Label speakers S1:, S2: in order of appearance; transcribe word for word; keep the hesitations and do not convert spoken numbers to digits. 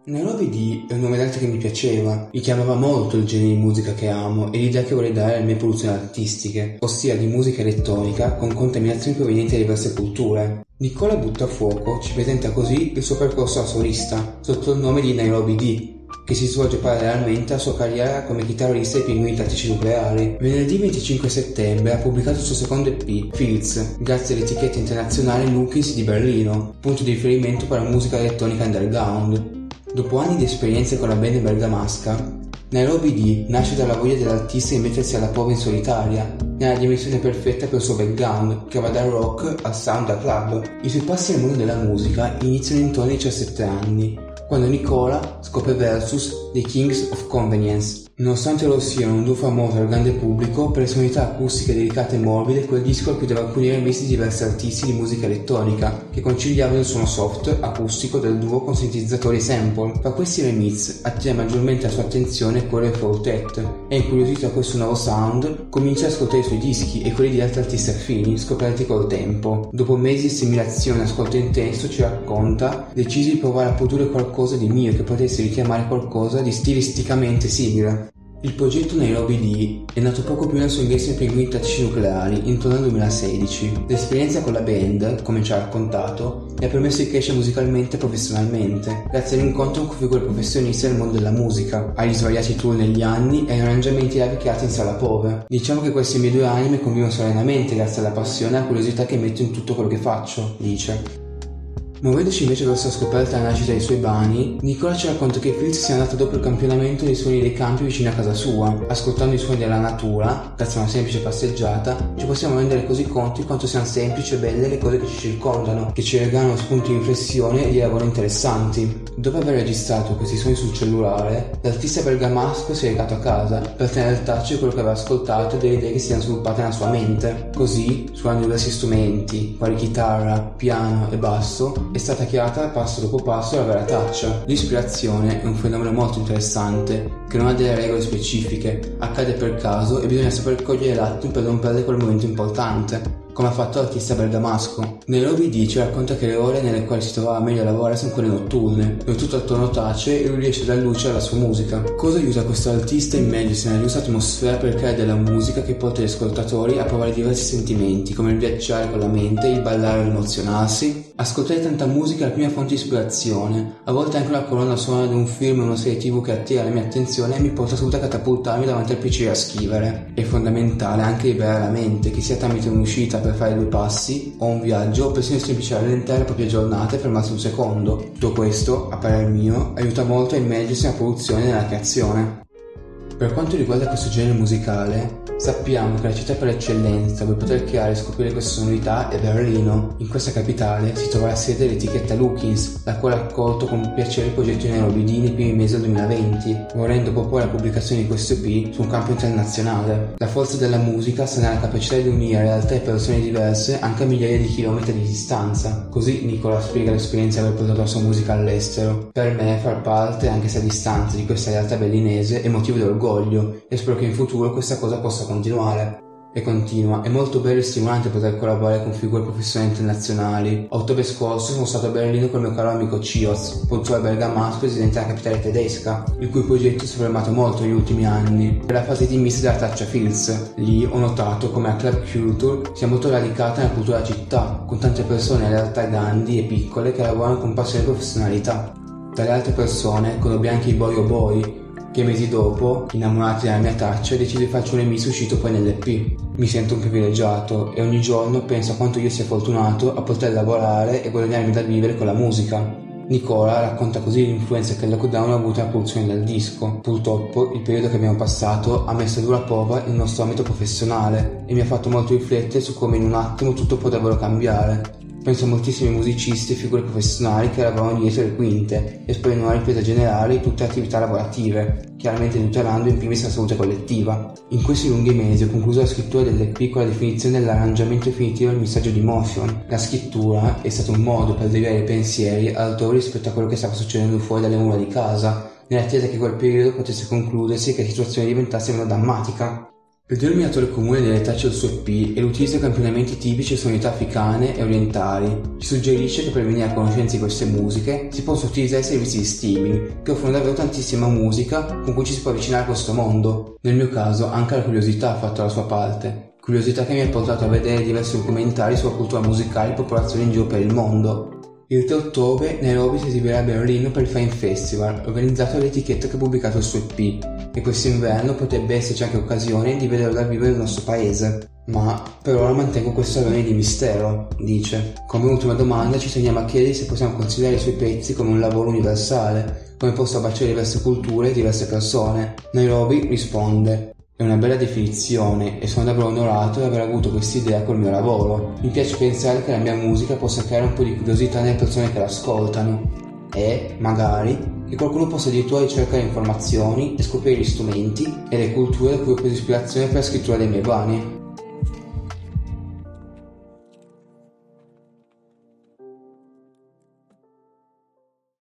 S1: Nairobi D è un nome d'arte che mi piaceva, richiamava molto il genere di musica che amo e l'idea che vorrei dare alle mie produzioni artistiche, ossia di musica elettronica con contaminazioni provenienti da diverse culture. Nicola Buttafuoco ci presenta così il suo percorso da solista, sotto il nome di Nairobi D, che si svolge parallelamente alla sua carriera come chitarrista dei Pinguini Tattici Nucleari. Venerdì venticinque settembre ha pubblicato il suo secondo E P, Fields, grazie all'etichetta internazionale Lookins di Berlino, punto di riferimento per la musica elettronica underground. Dopo anni di esperienze con la band bergamasca, Nairobi D nasce dalla voglia dell'artista di mettersi alla prova in solitaria, nella dimensione perfetta per il suo background, che va dal rock al sound da club. I suoi passi nel mondo della musica iniziano intorno ai diciassette anni, quando Nicola scopre Versus dei Kings of Convenience. Nonostante loro siano un duo famoso al grande pubblico per le sonorità acustiche delicate e morbide, quel disco chiudeva alcuni remix di diversi artisti di musica elettronica che conciliavano il suono soft acustico del duo con sintetizzatori e sample. Fra questi remix attira maggiormente la sua attenzione quello di Fortet e, incuriosito da questo nuovo sound, comincia ad ascoltare i suoi dischi e quelli di altri artisti affini scoperti col tempo. Dopo mesi di assimilazione e ascolto intenso, ci racconta, decisi di provare a produrre qualcosa di mio che potesse richiamare qualcosa di stilisticamente simile. Il progetto Nairobi D è nato poco prima del suo ingresso nei Pinguini Tattici Nucleari, intorno al duemilasedici. L'esperienza con la band, come ci ha raccontato, gli ha permesso di crescere musicalmente e professionalmente, grazie all'incontro con figure professioniste del mondo della musica, agli svariati tour negli anni e agli arrangiamenti live creati in sala prove. Diciamo che queste mie due anime convivono serenamente grazie alla passione e alla curiosità che metto in tutto quello che faccio, dice. Muovendoci invece verso la scoperta e la nascita dei suoi brani, Nicola ci racconta che Fields sia nato dopo il campionamento dei suoni dei campi vicino a casa sua. Ascoltando i suoni della natura, grazie a una semplice passeggiata, ci possiamo rendere così conto di quanto siano semplici e belle le cose che ci circondano, che ci regalano spunti di riflessione e di lavoro interessanti. Dopo aver registrato questi suoni sul cellulare, l'artista bergamasco si è recato a casa per tenere il traccio di quello che aveva ascoltato e delle idee che si erano sviluppate nella sua mente. Così, suonando diversi strumenti, quali chitarra, piano e basso, è stata chiarata passo dopo passo la vera traccia. L'ispirazione è un fenomeno molto interessante, che non ha delle regole specifiche, accade per caso e bisogna saper cogliere l'attimo per non perdere quel momento importante, come ha fatto l'artista bergamasco. Nairobi D ci racconta che le ore nelle quali si trovava meglio a lavorare sono quelle notturne, dove tutto attorno tace e lui riesce a dare luce alla sua musica. Cosa aiuta questo artista in immergersi nella giusta atmosfera per creare della musica che porta gli ascoltatori a provare diversi sentimenti, come il viaggiare con la mente, il ballare o l'emozionarsi? Ascoltare tanta musica è la prima fonte di ispirazione, a volte anche una colonna sonora di un film o una serie tv che attira la mia attenzione e mi porta subito a catapultarmi davanti al piacere a scrivere. È fondamentale anche liberare la mente, che sia tramite un'uscita per fare due passi o un viaggio o persino semplice rallentare la propria giornata e fermarsi un secondo. Tutto questo, a parer mio, aiuta molto a immergersi nella produzione e nella creazione. Per quanto riguarda questo genere musicale, sappiamo che la città per eccellenza per poter creare e scoprire queste sonorità è Berlino. In questa capitale si trova la sede dell'etichetta Lookins, la quale ha accolto con piacere il progetto di Nairobi D nei primi mesi del duemilaventi, volendo proporre la pubblicazione di questo E P su un campo internazionale. La forza della musica sta nella capacità di unire realtà e persone diverse anche a migliaia di chilometri di distanza. Così Nicola spiega l'esperienza di aver portato la sua musica all'estero. Per me far parte, anche se a distanza, di questa realtà berlinese è motivo di orgoglio e spero che in futuro questa cosa possa continuare. E continua, è molto bello e stimolante poter collaborare con figure professionali internazionali. A ottobre scorso sono stato a Berlino con il mio caro amico Cioz, produttore bergamasco residente della capitale tedesca, il cui progetto si è fermato molto negli ultimi anni, per la fase di mix della traccia Fields. Lì ho notato come la club culture sia molto radicata nella cultura della città, con tante persone in realtà grandi e piccole che lavorano con passione e professionalità. Tra le altre persone conobbi anche i Boy O Boy, che mesi dopo, innamorati della mia traccia, decisi di farci un remix uscito poi nell'E P. Mi sento un privilegiato e ogni giorno penso a quanto io sia fortunato a poter lavorare e guadagnarmi da vivere con la musica. Nicola racconta così l'influenza che il lockdown ha avuto nella produzione del disco. Purtroppo il periodo che abbiamo passato ha messo a dura prova il nostro ambito professionale e mi ha fatto molto riflettere su come in un attimo tutto può davvero cambiare. Penso a moltissimi musicisti e figure professionali che lavorano dietro le quinte e sperano una ripresa generale di tutte le attività lavorative, chiaramente tutelando in primis la salute collettiva. In questi lunghi mesi ho concluso la scrittura dell'E P con la definizione dell'arrangiamento definitivo del messaggio di Motion. La scrittura è stato un modo per deviare i pensieri altrove rispetto a quello che stava succedendo fuori dalle mura di casa, nell'attesa che quel periodo potesse concludersi e che la situazione diventasse meno drammatica. Il denominatore comune delle tracce del suo E P è l'utilizzo di campionamenti tipici di sonorità africane e orientali. Ci suggerisce che per venire a conoscenza di queste musiche si possono utilizzare i servizi di streaming, che offrono davvero tantissima musica con cui ci si può avvicinare a questo mondo. Nel mio caso anche la curiosità ha fatto la sua parte. Curiosità che mi ha portato a vedere diversi documentari sulla cultura musicale e popolazione in giro per il mondo. Il tre ottobre Nairobi si esibirà a Berlino per il Fame Festival, organizzato dall'etichetta che ha pubblicato il suo E P, e quest'inverno potrebbe esserci anche occasione di vederlo dal vivo nel nostro paese. Ma per ora mantengo questo alone di mistero, dice. Come ultima domanda ci teniamo a chiedere se possiamo considerare i suoi pezzi come un lavoro universale, come possa abbracciare diverse culture e diverse persone. Nairobi risponde: è una bella definizione e sono davvero onorato di aver avuto quest'idea col mio lavoro. Mi piace pensare che la mia musica possa creare un po' di curiosità nelle persone che l'ascoltano e, magari, che qualcuno possa addirittura ricercare informazioni e scoprire gli strumenti e le culture da cui ho preso ispirazione per la scrittura dei miei brani.